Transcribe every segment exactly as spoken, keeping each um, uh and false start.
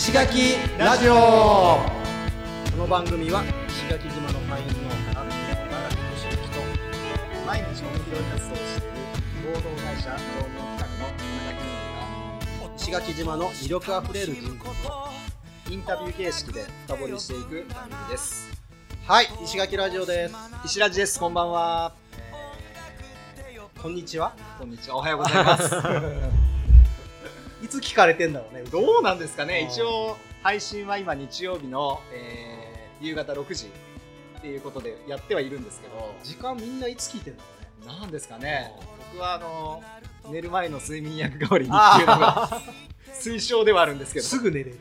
石垣ラジオ。この番組は石垣島のパイン農家なる荒木俊之と毎日ゴミ拾い活動をしている合同会社農業企画の田中が石垣島の魅力あふれる人物をインタビュー形式で深掘りしていく番組です。はい、石垣ラジオです。 石ラジです。こんばんは。 えー、こんにちは。 こんにちは。おはようございます。 いつ聞かれてんだろうね。 どうなんですかね。一応配信は今日曜日の、えー、夕方ろくじっていうことでやってはいるんですけど、 時間みんないつ聞いてんだろうね。なんですかね。僕はあの寝る前の睡眠薬代わりにっていうのが推奨ではあるんですけど、 すぐ寝れる。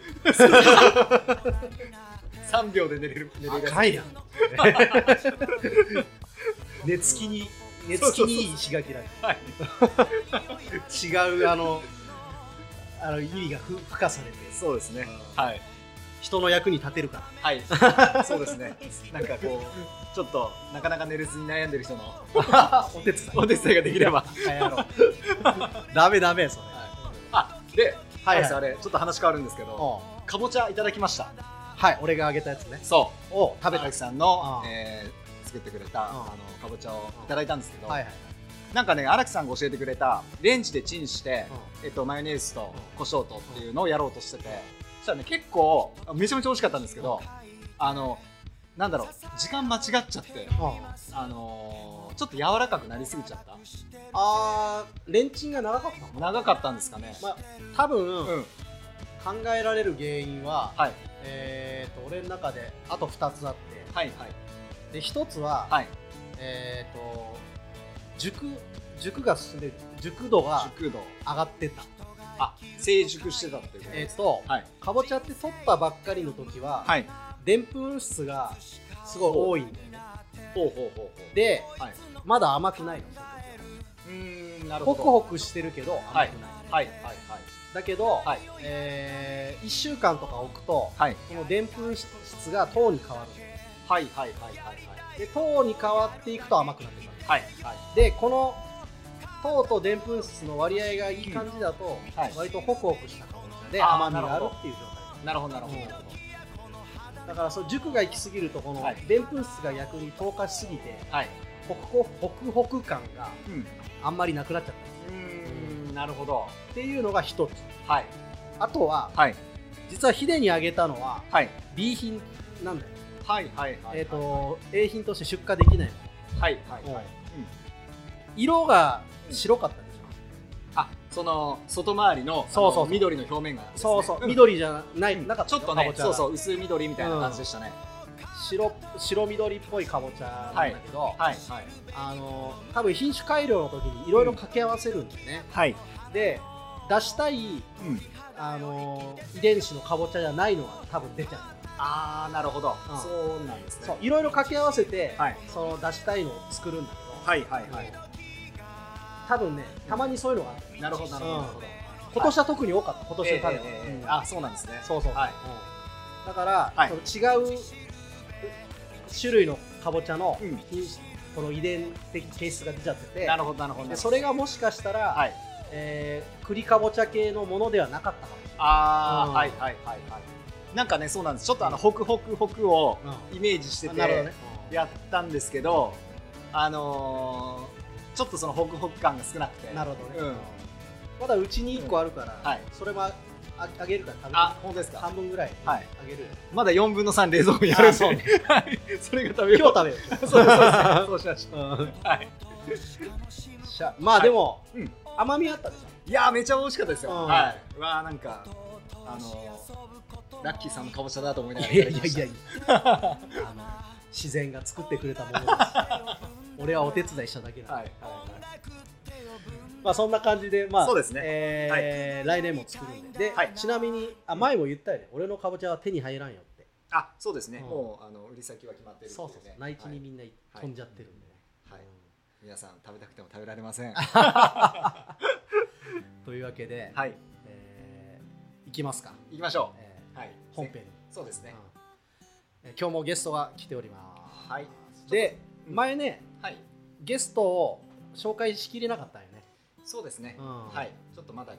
さんびょうで寝れる。寝れる。 赤いやん。寝つきに寝つきにいい石垣ラジオ。違うあの。あの意味が付加されて、 そうですね、はい、 人の役に立てるから、 はい、そうですね。なんかこうちょっとなかなか寝れずに悩んでる人のお手伝いお手伝いができればダメダメそれ、はい、 あで、 はいはい、 あれちょっと話変わるんですけど、かぼちゃいただきました。 はい、俺があげたやつね。 そうを食べたさんの、えー、作ってくれたあのかぼちゃをいただいたんですけど、はいはい、なんかね、荒木さんが教えてくれたレンジでチンして、うん、えっと、マヨネーズと胡椒とっていうのをやろうとしてて、そしたらね、結構めちゃめちゃ美味しかったんですけど、あのなんだろう、時間間違っちゃって、うん、あのー、ちょっと柔らかくなりすぎちゃった。 あー、レンチンが長かったの？ 長かったんですかね。 まあ、多分、うん、考えられる原因は、はい、えーと俺の中であとふたつあって、はいはい、でひとつは、はい、えーと熟, 熟が進んで熟度が上がってた。 あ、成熟してたっていうことです。 えっ、ー、と、はい、かぼちゃって取ったばっかりの時はでんぷん質がすごい多いんだよね。 ほうほうほうほう。 で、はい、まだ甘くないの。 うーん、なるほど。 ホクホクしてるけど甘くない。はいはいはいはい。 だけど、はい、えー、いっしゅうかんとか置くと、はい、このでんぷん質が糖に変わる。 はいはいはいはいはい。 で糖に変わっていくと甘くなってくる。はいはい、でこの糖とでんぷん質の割合がいい感じだと、うん、はい、割とホクホクしたかぼちゃで甘みがあるっていう状態。 なるほどなるほど、 うん、だからその熟が行き過ぎるとこのでんぷん質が逆に糖化しすぎて、はい、ホクホクホクホク感があんまりなくなっちゃったんです。 うーん、なるほどっていうのが一つ、はい、あとは、はい、実はヒデにあげたのは、はい、B 品なんだよ。 はいはいはい、 えっと A 品として出荷できないの。はいはいはい、うん、色が白かったでしょ。 あ、その外回りのそうそう緑の表面が、ね、 そうそう、うん、緑じゃない、うん、なんかちょっとね、そうそう薄い緑みたいな感じでしたね。 うん、白白緑っぽいかぼちゃなんだけど、はいはいはい、あの多分品種改良の時にいろいろ掛け合わせるんだよね。うん、はい、で出したい、うん、あの遺伝子のかぼちゃじゃないのが多分出ちゃう。 あー、なるほど、うん、そうなんですね。 そう、いろいろ掛け合わせて、はい、その出したいのを作るんだけど、はいはいはい、多分ね、たまにそういうのがある。 なるほどなるほど、うん、 今年は特に多かった。今年の種は、 えーえーうん、あ、そうなんですね。 そうそう、はい、うん、だから、はい、その違う種類のかぼちゃの品種、うん、この遺伝的形質が出ちゃってて、 なるほどなるほど。 でそれがもしかしたら、はい、えー、栗かぼちゃ系のものではなかったかもしれない。 あー、うん、はいはいはいはい。なんかね、そうなんです。ちょっとあのホクホクホクをイメージしててやったんですけど、あのー、ちょっとそのホクホク感が少なくて。 なるほどね、うん、まだうちにいっこあるから、うん、はい、それも あ, あげるから食べて。あ、 本当ですか。 半分ぐらいあげる、はい、まだよんぶんのさん冷蔵庫にあるんで、そう、ね、それが食べよう。 今日食べよう。 そうですそうです、そうしましょう、うん、はい。 まあでも、はい、うん、甘みあったでしょ。 いやー、めちゃ美味しかったですよ、うん、はい。うわー、なんかあのーラッキーさんのかぼちゃだと思いながらいただきました。いやいやいやあの自然が作ってくれたものです。俺はお手伝いしただけだ。はいはいはい、まあそんな感じで、まあそうですね、えーはい、来年も作るんで、で、はい、ちなみにあ前も言ったよね、俺のかぼちゃは手に入らんよって。 あ、そうですね、うん、もうあの売り先は決まってるんで、ね、 そうそう、内地にみんな飛んじゃってるんでね、 はい、はい、うん、皆さん食べたくても食べられません。 というわけで、はい、えー、いきますか。 いきましょう、えーはい、本編。 そうですね、 うん、今日もゲストが来ております。はい、で、うん、前ね、はい、ゲストを紹介しきれなかったよね。 そうですね、うん、はい、ちょっとまだ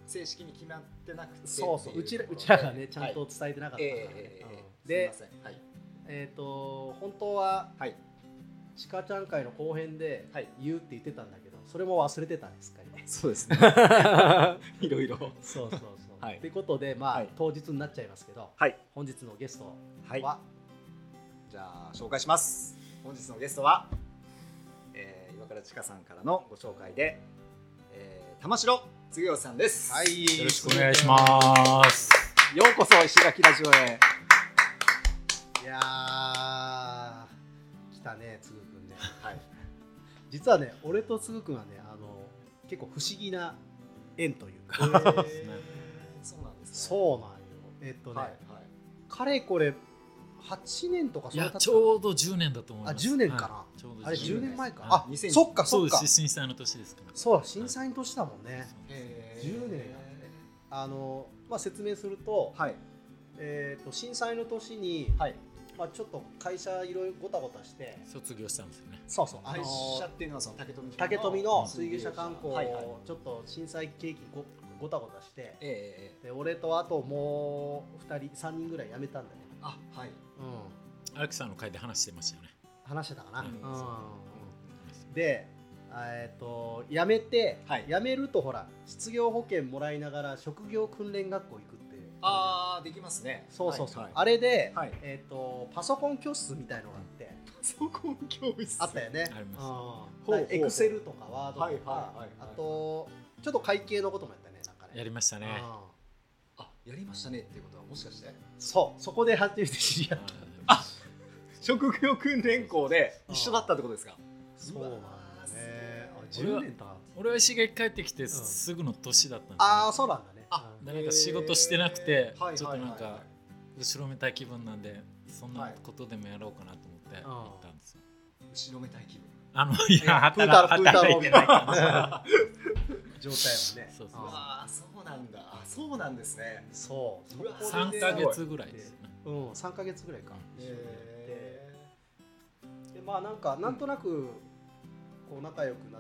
正式に決まってなくて、 そうそう、うちらうちらがねちゃんと伝えてなかったから、ね、 えーうん、で、 すいません、はい、 えっ、ー、と本当は、 はい、 ちかちゃん会の後編で言うって言ってたんだけど、それも忘れてたんですかね。 そうですね。いろいろ。 そうそうそう。 はい。 ということで、まあ、はい、当日になっちゃいますけど、はい、本日のゲストは、はい、 じゃあ紹介します。本日のゲストは、えー、岩倉千佳さんからのご紹介で、えー、玉城嗣義さんです。 はい、 よろしくお願いします。 ようこそ石垣ラジオへ。 いやー、来たね、嗣くんね。 はい。 実はね、俺と嗣くんはね、あの結構不思議な縁というか、 えー、そうなんですね。 そうなんよ。えっとね、はいはい、かれこれはちねんとかそれたちょうどじゅうねんだと思います。 あ、じゅうねんかな、はい、 ちょうどあれじゅうねんまえか、 はい、 あ、そっかそっか、 震災の年ですから。 そう、震災の年だもんね、はい、じゅうねんやって、あの、まあ、説明すると、はい、えー、と震災の年に、はい、まあ、ちょっと会社いろいろごたごたして卒業したんですよね。 そうそう、 会社っていうのはその竹富竹富の水牛車観光をちょっと震災景気 ご, ごたごたして、えー、で俺とあともうふたりさんにんぐらい辞めたんだよね。 あ、はい、 うん、荒木さんの会で話してましたよね。 話してたかな、うんうん、 うん、 で、えー、と辞めて、はい、辞めるとほら失業保険もらいながら職業訓練学校行くって。 あー、できますね。 そうそうそう、 はいはい、 あれで、はい、えー、とパソコン教室みたいのがあって、 パソコン教室あったよね。 あります。 エクセルとかワードとか、はいはいはいはい、あとちょっと会計のこともやったね。なんかね、 やりましたね。 あ、やりましたねっていうことはもしかして、 そう、そこで初めて知り合った。 あ、職業訓練校で一緒だったってことですか。 そうなんだね。あ、じゅうねんだ。 俺は石垣帰ってきてすぐの年だったんです、ね、 ああ、そうなんだね。 あ、なんか仕事してなくてちょっとなんか後ろめたい気分なんで、そんなことでもやろうかなと思って行ったんですよ。 後ろめたい気分。 あの、いや、 プータローみたいな状態もね。 そうそう。 ああ、そうなんだ。あ、そうなんですね。 そう。 さんかげつぐらいですね。 うん、さんかげつぐらいか。で、まあなんかなんとなくこう仲良くなって、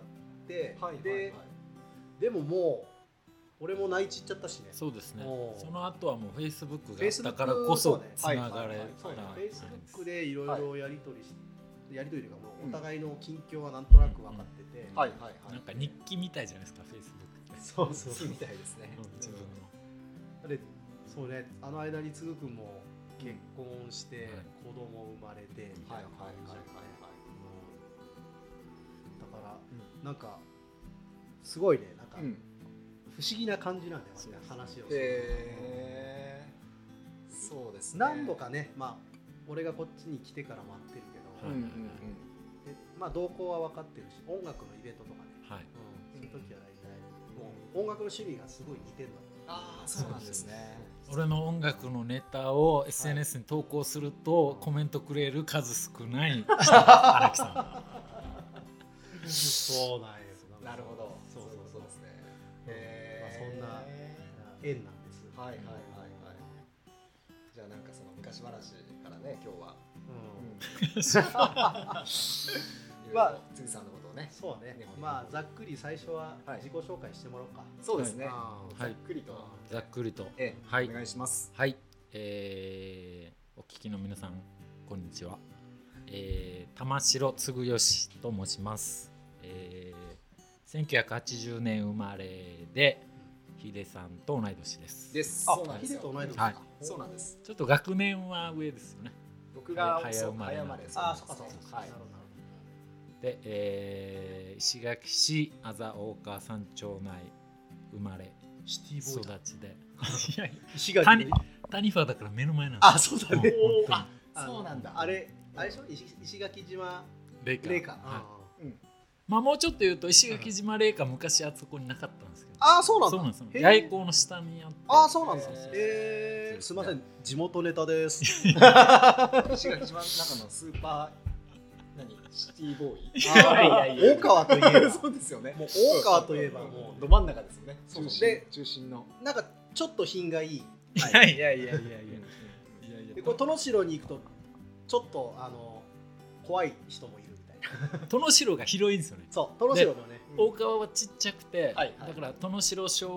で、でももう俺も内地行っちゃったしね。 そうですね。その後はもうフェイスブックがあったからこそつながれた。 フェイスブックでいろいろやり取りして、やり取りというかもうお互いの近況はなんとなく分かってて、 はいはいはい。 なんか日記みたいじゃないですか、フェイスブックって。 そうそう。 みたいですね。 自分の。 あれ、そうね。あの間に嗣くんも結婚して子供生まれてみたいな感じで、だからなんかすごいね、なんか。不思議な感じなんだよ、話をする。 へー、そうですね。 何度かね、まあ俺がこっちに来てからも会ってるけど、うんうんうん、でまあ動向は分かってるし、音楽のイベントとかね、はい、うん、そういう時は大体もう音楽の趣味がすごい似てるの。 ああ、そうなんですね。 俺の音楽のネタを エスエヌエス に投稿すると、はい、コメントくれる数少ない荒木さん。そうなんよ。 なるほど。 そうそうそうですね。 えー、 そんな縁なんです。 はいはいはいはい。じゃあなんかその昔話からね、今日は。うん。まあ嗣さんのことをね。 そうね。まあざっくり最初は自己紹介してもらおうか。 そうですね。 ざっくりと。 ざっくりと。 ええ、はい。お願いします。 はい。えー、お聞きの皆さんこんにちは。えー、玉城嗣義と申します。えー。せんきゅうひゃくはちじゅうねん生まれでヒデさんと同い年です。 です。 あ、ヒデと同い年か。 はい。そうなんです。 ちょっと学年は上ですよね。 僕が早生まれ。 あ、そうかそうか。はい。 で、えー、石垣市安座大川山町内生まれシティボーイ育ちで。 石垣。 谷谷ファだから目の前なんです。 あ、そうだね。 あ、そうなんだ。 あれ、あれでしょ、石垣島霊霊か。 うん。まあもうちょっと言うと石垣島霊か昔あそこになかったんですけど。 ああ、そうなんだ。 そうなんですよ。八重港の下にあって。 ああ、そうなんです。ええ、すみません、地元ネタです。 石垣島の中のスーパー何シティボーイ。 ああ、大川といえば。 そうですよね。 もう大川といえばもうど真ん中ですよね。 中心中心の。 なんかちょっと品がいい。 いやいやいやいやいや。 でこれ殿城に行くとちょっとあの怖い人もいる。 殿城が広いんですよね。 そう、殿城のね。 大川はちっちゃくて、はいはい、だから殿城小学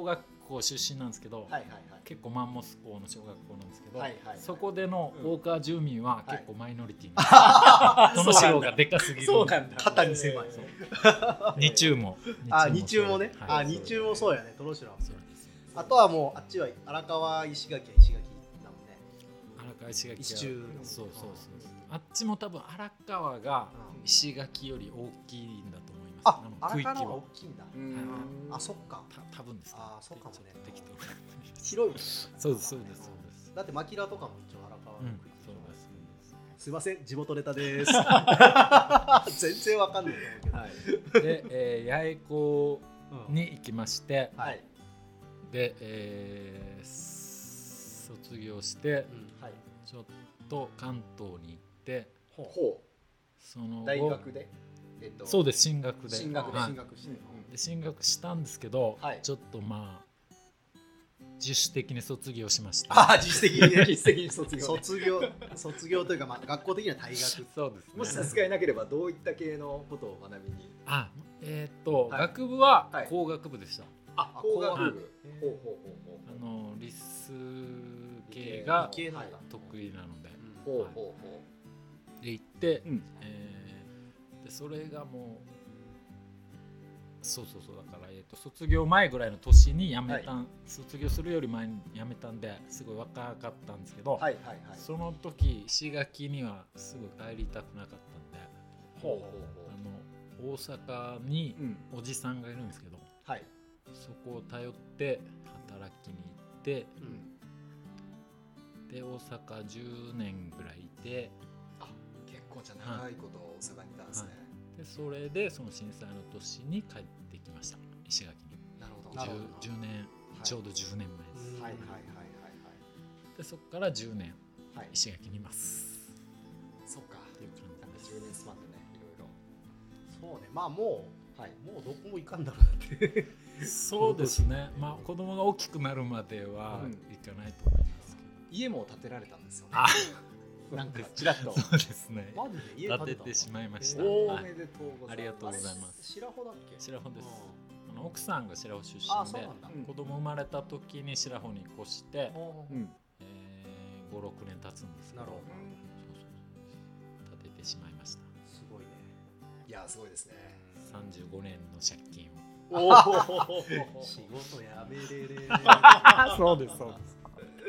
校出身なんですけど、 はいはいはい結構マンモス校の小学校なんですけど、 はいはいはい、 そこでの大川住民は結構マイノリティに、 はい、 その城がでかすぎる。 そうなんだ。肩に狭い。 日中も。 あ、日中もね。 はい、 あ、日中もそうやね。トロシロ。 そうです。 あとはもうあっちは荒川石垣は石垣だもんね。 荒川石垣。 石中。 そうそうそう。あっちも多分荒川が石垣より大きいんだと思います。 あ、荒川の方が大きいんだ。あ、そっか。 多分です。 あ、そうかもね。 適当。 広い。 そうですそうですそうです。 だってマキラとかも一応荒川の区域。 そうです。 すいません、地元ネタです。全然わかんないと思うけど。で、えー、八重子に行きまして、 はい、 で、えー、卒業して、うん、はい、ちょっと関東に行って、 ほう、 その後大学で、 えっと、そうです、進学で進学で、進学して、 で進学したんですけど、 はい、 ちょっとまあ自主的に卒業しました。 ああ、自主的にね。自主的に卒業。卒業、卒業というか、まあ、学校的には退学。 そうですね。 もし差し支えなければ、どういった系のことを学びに。 あ、えっと、学部は工学部でした。 あ、工学部。ほうほうほうほう。あの理数系が得意なので。 ほうほうほう。で行って、えでそれがもう。そうそうそう、だから、えー、と卒業前ぐらいの年に辞めたん、はい、卒業するより前に辞めたんですごい若かったんですけど、はいはいはい、その時石垣にはすぐ帰りたくなかったんで、ほうほうほう、あの大阪におじさんがいるんですけど、うん、はい、そこを頼って働きに行って、うん、で大阪じゅうねんぐらいいて、 あ、結構じゃ長いこと大阪にいたんですね。はい、 でそれでその震災の年に帰ってきました、石垣に。 なるほど。 じゅうねん、はい、ちょうどじゅうねんまえです。 はいはいはいはいはい。 でそこからじゅうねん、はい、石垣にいます。 そっか。っていう感じでじゅうねんスパンでね、いろいろ。そうね、まあもう、はい、もうどこも行かんだろうって。 そうですね。まあ子供が大きくなるまでは行かないと思いますけど。 うん、家も建てられたんですよね。 あなんかちらっとそうですね。 マジで家建ててしまいました。 おめでとうございます。 ありがとうございます。 白穂だっけ？ 白穂です。あの奥さんが白穂出身で、子供生まれた時に白穂に越して、うん、えー、ご、ろくねん経つんですけど、なるほど。そうそう建ててしまいました。 すごいね。いや、すごいですね。 さんじゅうごねんの借金を。 おお。仕事やめれれ。 そうですそうです。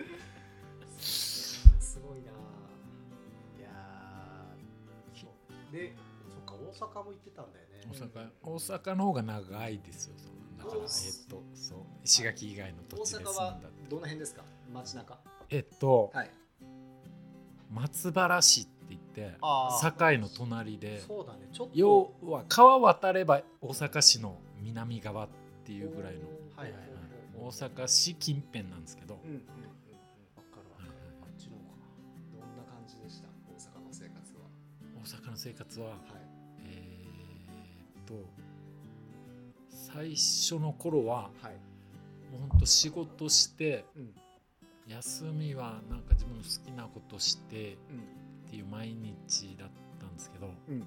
で、そっか、大阪も行ってたんだよね。 大阪、大阪の方が長いですよ。だから、えっと、そう、石垣以外の土地で住んだ。 大阪はどの辺ですか？街中。 えっと、 はい、 松原市って言って、堺の隣で。 そうだね。ちょっと。 要は川渡れば大阪市の南側っていうぐらいの。はいはいはい。大阪市近辺なんですけど。うんうんうん。わかるわ。あっちの方かな。どんな感じでした？大阪の生活は。 大阪の生活は、はい、えー、っと最初の頃は、はい、もうほんと仕事して、うん、休みはなんか自分の好きなことして、うん、っていう毎日だったんですけど、うん、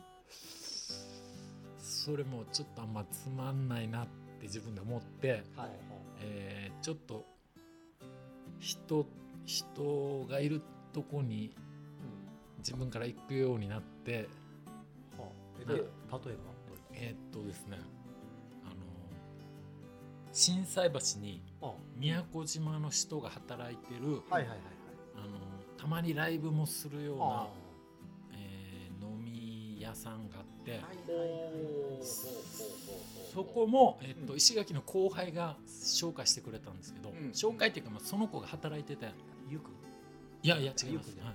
それもちょっとあんまつまんないなって自分で思って、はい、えー、ちょっと人人がいるとこに自分から行くようになって、はあ、 えで例えばえー、っとですね、あの心斎橋に宮古島の人が働いてる、はいはいはいはい、あのたまにライブもするような、はあ、えー、飲み屋さんがあって、はいはいはい、そこも、えー、っと石垣の後輩が紹介してくれたんですけど、うん、紹介っていうか、まあ、その子が働いてて、 ゆくいやいや違います、はい、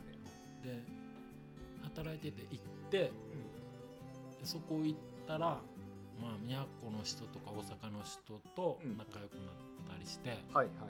で働いてて行って、うん、でそこ行ったら、まあ、宮古の人とか大阪の人と仲良くなったりして、うん、はいはいはい、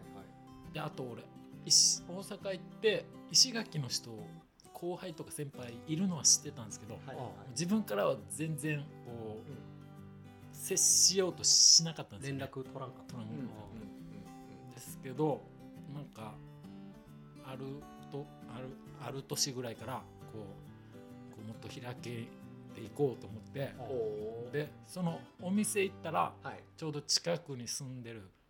であと俺石大阪行って石垣の人後輩とか先輩いるのは知ってたんですけど、はいはい、自分からは全然こう、うん、接しようとしなかったんですよ、ね、 連絡取らんかった、うんうんうんうん、ですけどなんかあるとあるある年ぐらいからこうもっと開けていこうと思って、でそのお店行ったら、はい、ちょうど近くに住んでる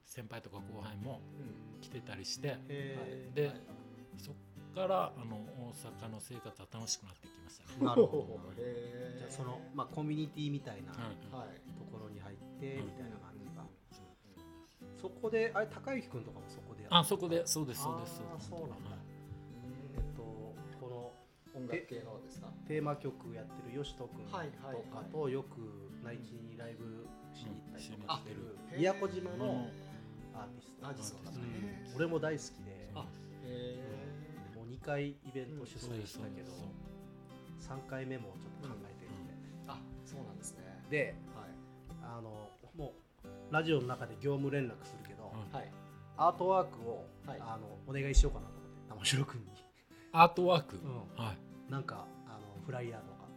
先輩とか後輩も来てたりして、 へーでそっからあの大阪の生活は楽しくなってきましたね。 なるほど。 へーじゃあその、まあ、コミュニティみたいなとはいはいころに入ってみたいな感じが、 そうそこであれ高之君とかもそこでやあそこでそうですそうですあーそうなんだ、 はいえっとこの音楽系のですか？ テーマ曲やってる吉人君とはいはいかとよく内地にライブしに行ったりとかしてるうん宮古島うんのアーティスト、 アーティストなんですねうん俺も大好きであへもうにかいイベント主催したけど、 そうさんかいめもちょっと考えてるんで、 ーあそうなんですね。 ではいあのもうラジオの中で業務連絡するけど、 うんはいアートワークを、 はいあのお願いしようかなと思って玉城君に、 アートワーク、 うんはい、 なんかあのフライヤーとか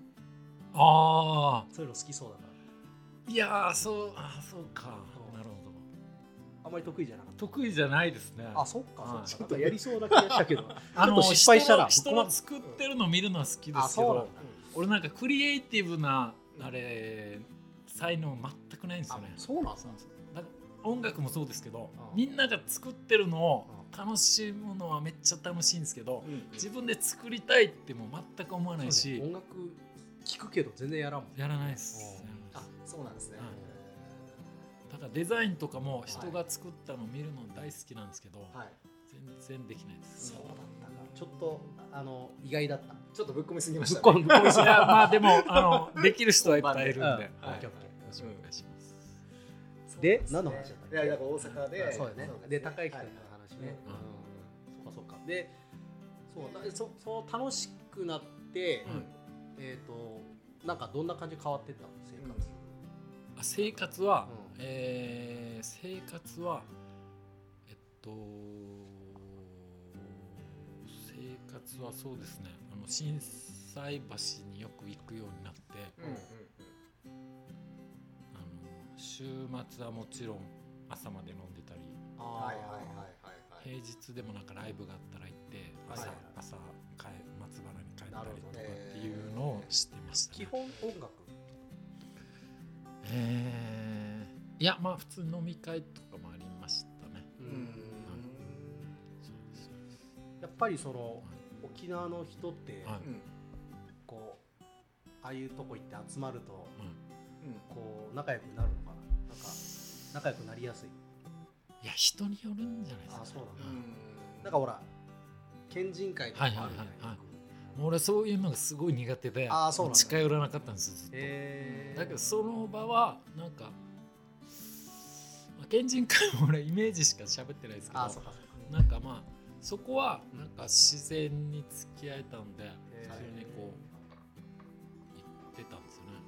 あそういうの好きそうだからあいやーそうあーそうかうんなるほどあんまり得意じゃなかった得意じゃないですね。 あそっか、 はいそっかちょっとやりそうな気がしたけどあのちょっと失敗したら人の人の作ってるの見るのは好きですけどあそうなんだ、 俺なんかクリエイティブなあれ才能全くないんですよね。 そうなんですかだから音楽もそうですけど、 うんみんなが作ってるのを楽しむのはめっちゃ楽しいんですけど、 うん自分で作りたいっても全く思わないし、 そうね音楽聴くけど全然やらんもんやらないです。 うんあそうなんですね。 はいだからデザインとかも人が作ったの見るの大好きなんですけど、 はい。 全然できないです。 そうだったかちょっとあの意外だったちょっとぶっ込みすぎまぶっしたね。 こんぶっこみすぎいやまあでもあのできる人はいっぱいいるんで、 うんはいオッケーオッケーよろしくお願いします。 で何の話だったっけいやいや大阪で。 あそうだねで高之君のはい話ね、 うんうん、そうかそうかでそうだそそう楽しくなって、 うんえっ、となんかどんな感じで変わってったの生活、 あ生活は、 うんえー生活はえっと生活はそうですねあの心斎橋によく行くようになって、 うんうんあの週末はもちろん朝まで飲んでたりあーはいはいはいはいはい。 平日でもなんかライブがあったら行って朝,、 はいはい朝帰松原に帰ったりとかなるほどっていうのをしてましたね。 基本音楽えーいやまあ普通飲み会とかもありましたね。 ううんん。 そうですそうですやっぱりその沖縄の人って、 はいうんこうああいうとこ行って集まるとうんうん。 こう仲良くなるのかななんか仲良くなりやすいいや人によるんじゃないですか。 あそうなんだうんなんかほら県人会とかもあるじゃないはいはいはいはいよくもう俺そういうのがすごい苦手であーそうなんだ近寄らなかったんですよずっと、 へーだけどその場はなんか、まあ、県人会も俺イメージしか喋ってないですけどあそうかそうかなんかまあそこはなんか自然に付き合えたんでへーそれにこう行ってたんですよね、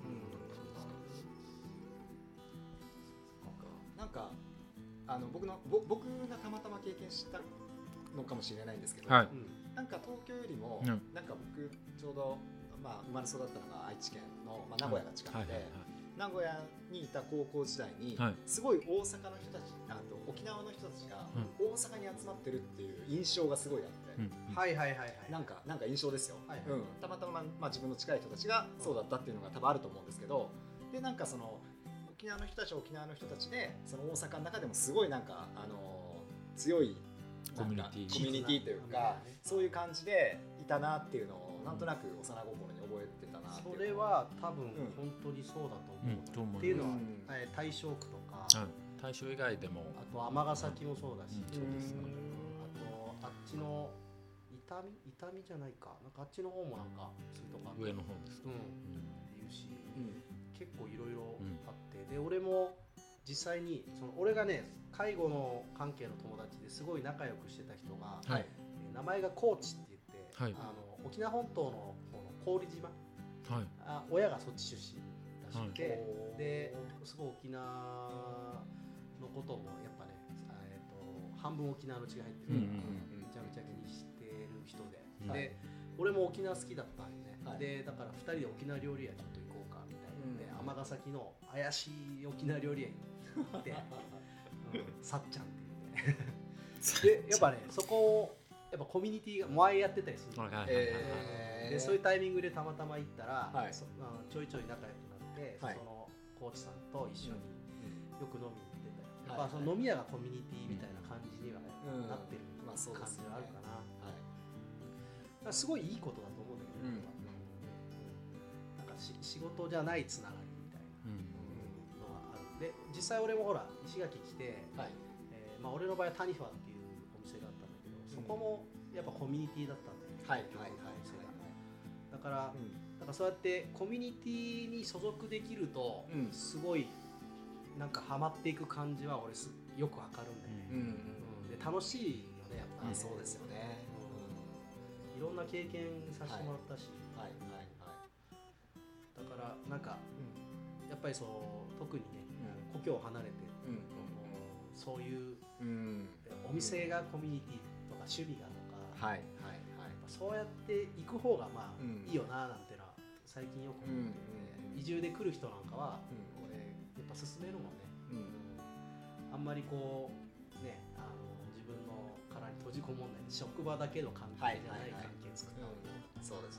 なんかあの僕のぼ僕がたまたま経験したのかもしれないんですけど、 はいうんなんか東京よりも、 うんなんか僕ちょうど、まあ、生まれ育ったのが愛知県の、まあ、名古屋が近くて、 はいはいはい名古屋にいた高校時代に、 はいすごい大阪の人たちあと沖縄の人たちが大阪に集まってるっていう印象がすごいあって、 うんはいはいはいはいなんかなんか印象ですよ、 はいうん、たまたま、まあ、自分の近い人たちがそうだったっていうのが多分あると思うんですけど、でなんかその沖縄の人たちは沖縄の人たちでその大阪の中でもすごいなんかあの強いなんかコミュニティコミュニティというかそういう感じでいたなっていうのをなんとなく幼心に覚えてたなっていうのそれは多分うん本当にそうだと思う、 うんと思いますっていうのは、 うんえー大正区とか、 はい大正以外でもあと尼崎もそうだし、 うんそうですねあとあっちの伊丹伊丹じゃないかなんかあっちの方もなんかそういうとこあった上の方ですか、 うんうんっていうしうん結構いろいろあって、で俺も実際にその俺がね介護の関係の友達ですごい仲良くしてた人が、 はいえー名前が高知って言って、 はいあの沖縄本島のこの郡島はいあ親がそっち出身らしくて、 はいですごい沖縄のこともやっぱね、えー、と半分沖縄の血が入ってるから、 うんうんめちゃめちゃ気にしてる人で、 うんで俺も沖縄好きだったんよね、 はいでだからふたりで沖縄料理屋ちょっと行こうかみたいなでうん尼、崎の怪しい沖縄料理屋に行って、うん、さっちゃんっていうねでやっぱねそこをやっぱコミュニティが前やってたりするの、 はいはいはいはいえーでそういうタイミングでたまたま行ったら、 はいそあのちょいちょい仲良くなって、 はいそのコーチさんと一緒によく飲みに行ってたよね。 やっぱその飲み屋がコミュニティみたいな感じにはうんなってるまあそう感ですよねじはあるかな。 はいだからすごいいいことだと思うんだけど、 うん俺はなんかし仕事じゃないつながりみたいうんなのがある。で実際俺もほら石垣来て、 はいえーまあ、俺の場合はタニファっていうお店があったんだけど、そこもやっぱコミュニティだったんだよね。 はいはいはい結局はいだから、 うんだからそうやってコミュニティに所属できると、 うんすごいなんかハマっていく感じは俺すよくわかるんだよね、 うんうんうんで楽しいよねやっぱり、 あそうですよねいろんな経験させてもらったし、 はいはいはだからなんかいやっぱりそう特にねうん故郷を離れて、 うんもうそういううんうんお店がコミュニティとか趣味がとか、 はいはいはいそうやって行く方がまあ、 うんいいよななんてのは最近よく思ってて、 うん移住で来る人なんかは、 うん俺やっぱ勧めるもんね、 うんあんまりこうねあの自分の殻に閉じこもんない職場だけの関係じゃない関係作った方が、 うんそうですね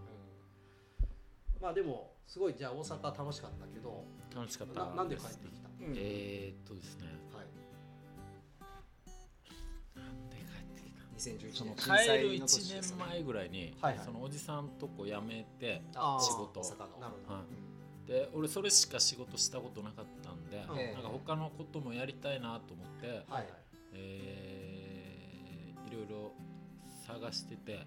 まあでもすごいじゃあ大阪楽しかったけど、 楽しかったななんで帰ってきた？ うんえー、っとですねはいなんで帰ってきたにせんじゅういちねんその帰るいちねんまえぐらいに、 はいはいそのおじさんとこ辞めて、 あー仕事大阪のなるほど、 はい、で俺それしか仕事したことなかったんで、 うんなんか他のこともやりたいなと思って、 はいはいえーいろいろ探してて、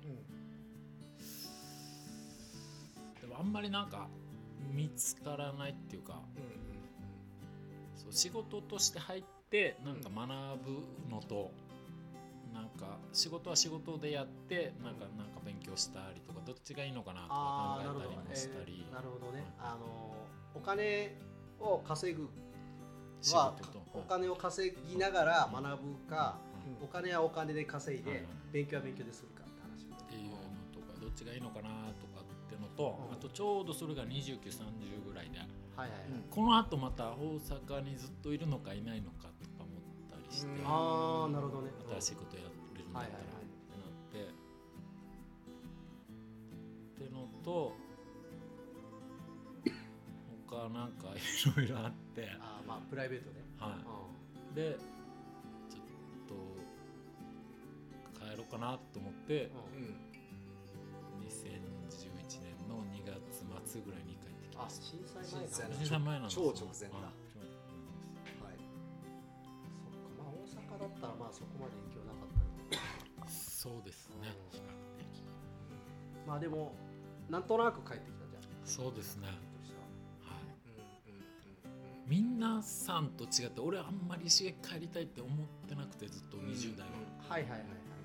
でもあんまりなんか見つからないっていうか、そう仕事として入ってなんか学ぶのと、なんか仕事は仕事でやってなんかなんか勉強したりとかどっちがいいのかなとかああなるほど考えたりもしたり、 えーなるほどね、 うんあのお金を稼ぐ仕は事とお金を稼ぎながら学ぶか、 うんお金はお金で稼いで、 はいはい勉強は勉強でするかって話をっていうのとかどっちがいいのかなとかっていうのと、 うんあとちょうどそれがにじゅうきゅう、さんじゅうぐらいで、 はいはいはい、 このあとまた大阪にずっといるのかいないのかとか思ったりして、 うんああなるほどね新しいことやれるんだったら、 はいはいはいってなってってのと他なんかいろいろあってあーまあプライベートで、 はいでちょっと帰ろうかなと思ってうんうんにせんじゅういちねんのにがつまつぐらいに帰ってきあました。 震災前なんだ震災震災前なんですよ超直前だはいはいそっかまあ大阪だったらまあそこまで影響なかったけどそうですねうん比較的まあでもなんとなく帰ってきたじゃんそうですね、 としてははい、 うんうんうん皆さんと違って俺あんまり石垣帰りたいって思ってなくてずっとにじゅう代は、 はいはいはいはい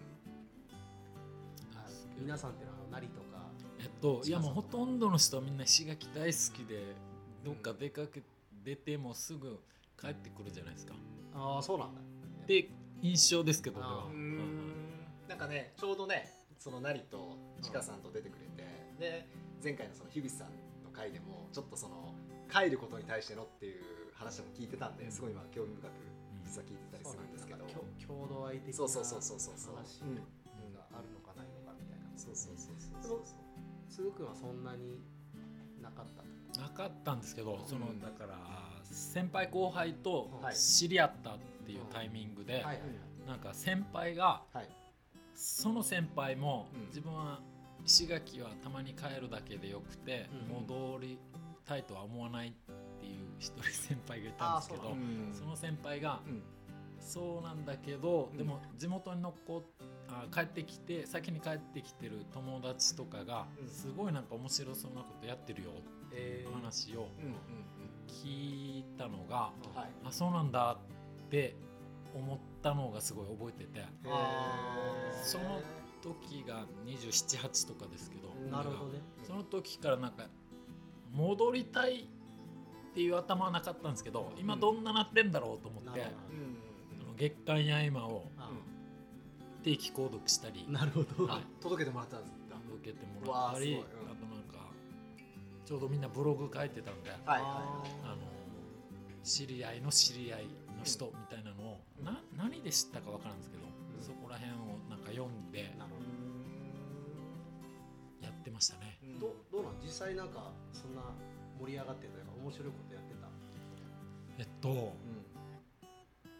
あ皆さんっていうのは成とかえっといやもうほとんどの人はみんな石垣大好きでどっか出かけ出てもすぐ帰ってくるじゃないですかああそうなんだで印象ですけど俺はあーうんうんなんかねちょうどねその成とちかさんと出てくれてで前回のその樋口さんの回でもちょっとその帰ることに対してのっていう話も聞いてたんですごい今興味深く実は聞いてたりするんですけど共同愛的なそうそうそうそうそうそう話うんがあるのかないのかみたいなそうそうそうそうそうつぐくんはそんなになかったなかったんですけどそのうんだから先輩後輩とはい知り合ったっていうタイミングではいはいはいなんか先輩がはいその先輩もうん自分は石垣はたまに帰るだけでよくてうん戻りたいとは思わないっていう一人先輩がいたんですけどあーそううんその先輩がうんそうなんだけどうんでも地元に残っあ帰ってきて先に帰ってきてる友達とかがうんすごいなんか面白そうなことやってるよっていうえー話をうんうん聞いたのがうんはいあそうなんだって思ったのがすごい覚えててあーその時がにじゅうなな、はちとかですけどなるほどねその時からなんか戻りたいっていう頭はなかったんですけど今どんななってんだろうと思って、 なるほうんその月刊や今をあ定期購読したりなるほどはい届けてもらったんです受けてもらったりうわーすごいうんあとなんかちょうどみんなブログ書いてたんで、 はいはいあの知り合いの知り合いの人みたいなのを、 うんな何で知ったかわからんですけど、 んそこら辺をなんか読んでなるほやってましたね。 うんどどうどうなん実際なんかそんな盛り上がってるというか面白いことやってたえっとうん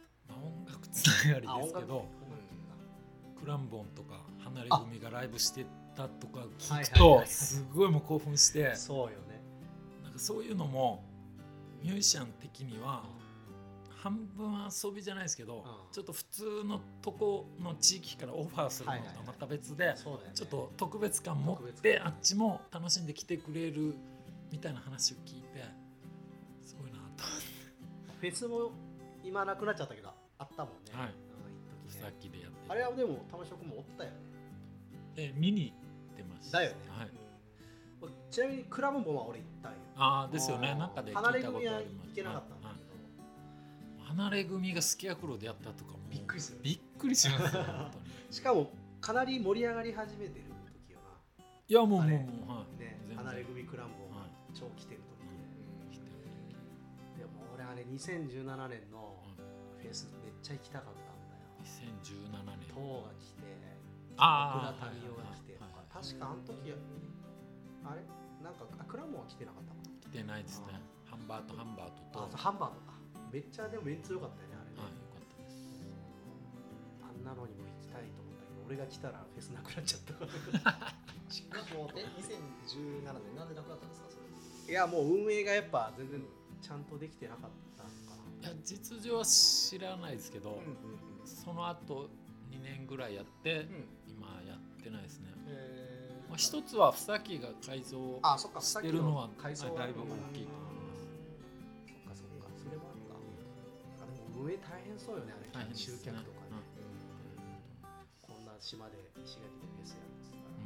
楽つながりですけど、 あ音楽クランボンとか離れ組がライブしてたとか聞くはいはいはいとはいすごいもう興奮してそうよね。 なんかそういうのもミュージシャン的には半分遊びじゃないですけど、 うんちょっと普通のとこの地域からオファーするのとはまた別で、 そうだよね。 ちょっと特別感持っ特別感てあっちも楽しんで来てくれるみたいな話を聞いてすごいなと。 フェスも今なくなっちゃったけどあったもんね。 はいうん一時ねさっきでやってあれはでも玉城君もおったよね。 え見に行ってました。 だよね。 はい。 うんちなみにクラムボンは俺行ったんよ。 ああですよね。 あーなんかで聞いた離れこと組は行あります。 けなかったんだはいけど。 離れ組がスキャクロでやったとかもびっくりするびっくりしますよ本当に。 しかもかなり盛り上がり始めてる時よいやもうもうあれもうはい。 な。ね全然離れ組クラムボンはい超来てる時来てるで。でも俺あれにせんじゅうななねんのフェスめっちゃ行きたかったんだよ。 にせんじゅうななねん。 トーが来て、 ああ奥田民生が来てとか、確かあの時あれなんかあクラムボンは来てなかったかな。 来てないですね。ハンバートハンバートと。 あそうハンバーグか。めっちゃでもメンツ良かったよねあれね。 はいよかったです。 あんなのにも行きたいと思ったけど俺が来たらフェスなくなっちゃったからしかもえにせんじゅうななねんなんでなくなったんですかそれ。 いやもう運営がやっぱ全然ちゃんとできてなかったのかいや実情は知らないですけど、 うんうんうんその後にねんぐらいやって、 うん今やってないですね。 えーまあ、一つはふさきが改造あそっかしてるのは改装だいぶ大きいと思います。 そっかそっかそれもあるか。あでも運営大変そうよねあれ大変ですね集客とかね、 うんこんな島で石垣でフェスやるんですから、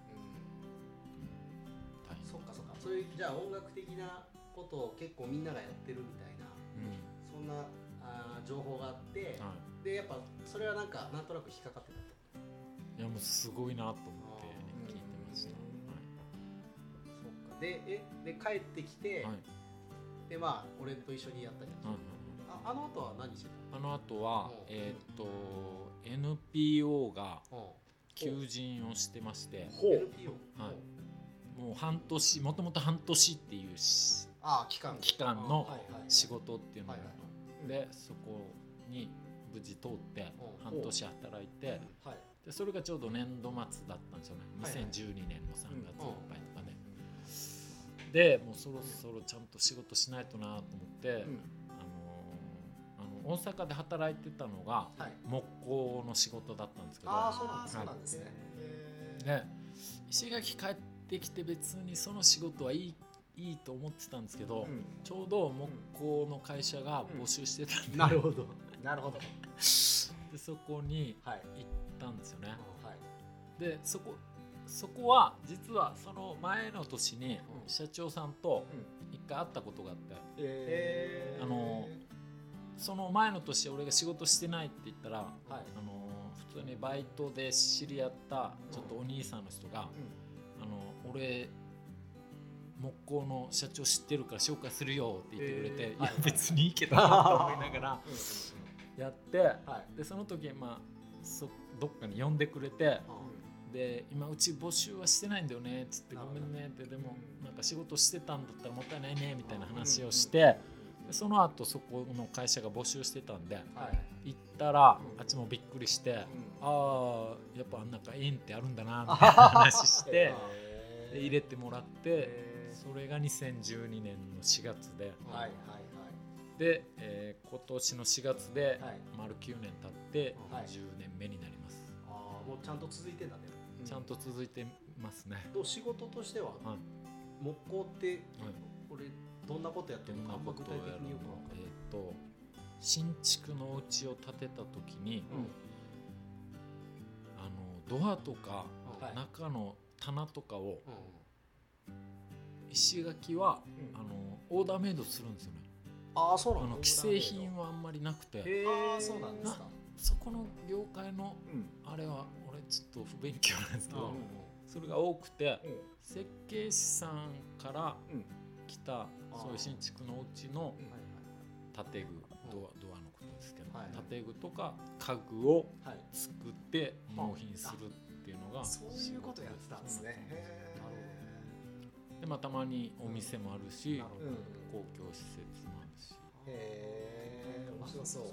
うん大変そっかそっかそういうじゃあ音楽的なことを結構みんながやってるみたいなうんそんなあー情報があって、 はでやっぱそれはなんかなんとなく引っかかってたと。 い、いやもうすごいなと思って聞いてました。 そっかでえで帰ってきて、 はいはいでまあ俺と一緒にやったじゃん、 はいああの後は何してあの後はうんえーっと エヌピーオー がたの？ 求人をしてまして、 ほう エヌピーオー、 はいもう半年もともと半年っていうしああ期間期間のはいはい仕事っていうのはいがはいでそこに無事通ってうん半年働いてはいでそれがちょうど年度末だったんですよね、 はいはいにせんじゅうにねんのさんがついっぱいとかね、 うでもうそろそろちゃんと仕事しないとなと思って、 んあのーあの大阪で働いてたのがはい木工の仕事だったんですけど、 ああそうなんですそうねなんですね。へーで石垣帰ってきて別にその仕事はいいいいと思ってたんですけど、 うんちょうど木工の会社が募集してたんで、 なるほどなるほど。 でそこにはい行ったんですよね。 はいでそこそこは実はその前の年にうん社長さんとうん一回会ったことがあって、 えーあのその前の年俺が仕事してないって言ったら、 はいあの普通にバイトで知り合ったちょっとお兄さんの人が、あの俺木工の社長知ってるから紹介するよって言ってくれて、 えーいや別にいいけどなと思いながらうんうんやって、 はいでその時まあそどっかに呼んでくれて。で今うち募集はしてないんだよねっつってなるほどごめんねってでもうんなんか仕事してたんだったらもったいないねみたいな話をしてでその後そこの会社が募集してたんではい行ったらうんあっちもびっくりしてうんああやっぱなんか縁ってあるんだなみたいな話してでへー入れてもらってへそれがにせんじゅうにねんのしがつでーはいはいでえー今年のしがつではい丸きゅうねん経ってはいじゅうねんめになります。 ああもうちゃんと続いてんだね。 ちゃんと続いてますね。 どう仕事としてははい木工ってはいこれどんなことやってどんなるのかあんま具ことをやるの体的に言うと分かえっ、と新築のお家を建てた時に、 うんあのドアとかはい中の棚とかをうん石垣はうんあのオーダーメイドするんですよね。 ああそうなのあの既製品はあんまりなくてへえああそうなんですか。 そこの業界のうんあれは俺ちょっと不勉強なんですけど、 うんそれが多くてうん設計士さんからうん来たそういう新築のお家のうん建具ドアドアのことですけど、 はい建具とか家具をはい作って納品するっていうのがそういうことやってたんですね。へで、まあ、たまにお店もあるしなるほうん公共施設もあるしーへー面白そう。 っかじゃあ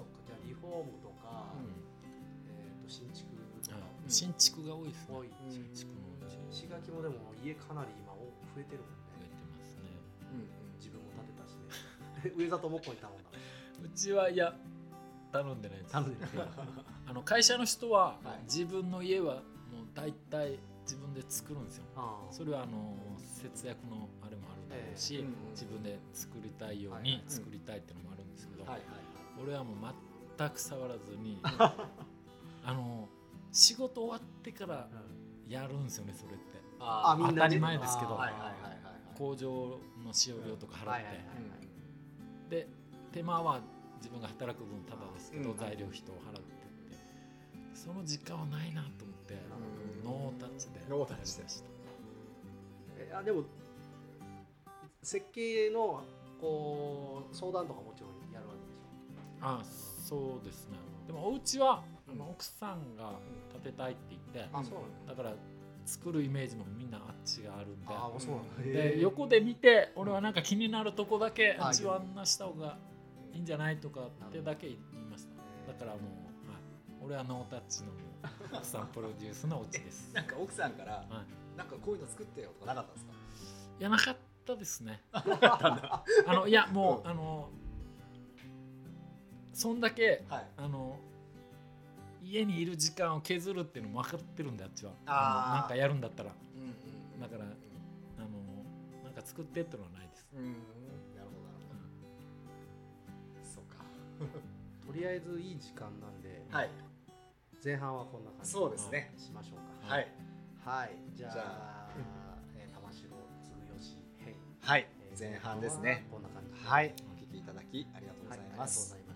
リフォームとか、 うんえー、と新築とかあ新築が多いですね。 多い、 うん新築のうち石垣もでも家かなり今増えてるもん増えね。 てますね。 うん自分も建てたしね上里もっこに頼んだうちはいや頼んでないです。 頼んでるあの会社の人は、 はい自分の家はもう大体自分で作るんですよ。 あーそれはあの節約のあれもあるだろうし、 ええうん自分で作りたいようはいに作りたいっていうのもあるんですけど、 はいはい俺はもう全く触らずにあの仕事終わってからやるんですよね、それってあみんなね当たり前ですけど、 あーはいはいはいはいはい工場の使用料とか払って、 はいはいはいで手間は自分が働く分ただですけど、 うん材料費と払ってってその時間はないなと思って、 うんノータッチでノータッチでやりました。 えあでも設計のこう相談とかもちろんやるわけでしあそうですね。でもお家は、 うんあの奥さんが建てたいって言って、 ょ。あそうなんだ。 だから作るイメージもみんなあっちがあるんで、 あそうなんだ。 で横で見て俺はなんか気になるとこだけ、 うんあっちはあんなした方がいいんじゃないとかってだけ言いました。だからもう、はい、俺はノータッチの奥さんプロデュースのお家です。 なんか奥さんからはいなんかこういうの作ってよとかなかったんですか？ いやなかったですね。あのいやもう、 うんあのそんだけはい。 あの家にいる時間を削るっていうのも分かってるんで、あっちはあーあのなんかやるんだったらうんうんうんだからあのなんか作ってってのはないです。 うんなるほどなるほど。そうか。 とりあえずいい時間なんで、 はい。 前半はこんな感じそうですね。 しましょうか。 はい。 はい。じゃあ、 じゃあえー玉城嗣義編、 はいえ。ー前半ですね。 こんな感じで。 はい。お聞きいただきありがとうございはい、ありがとうますござい。ます。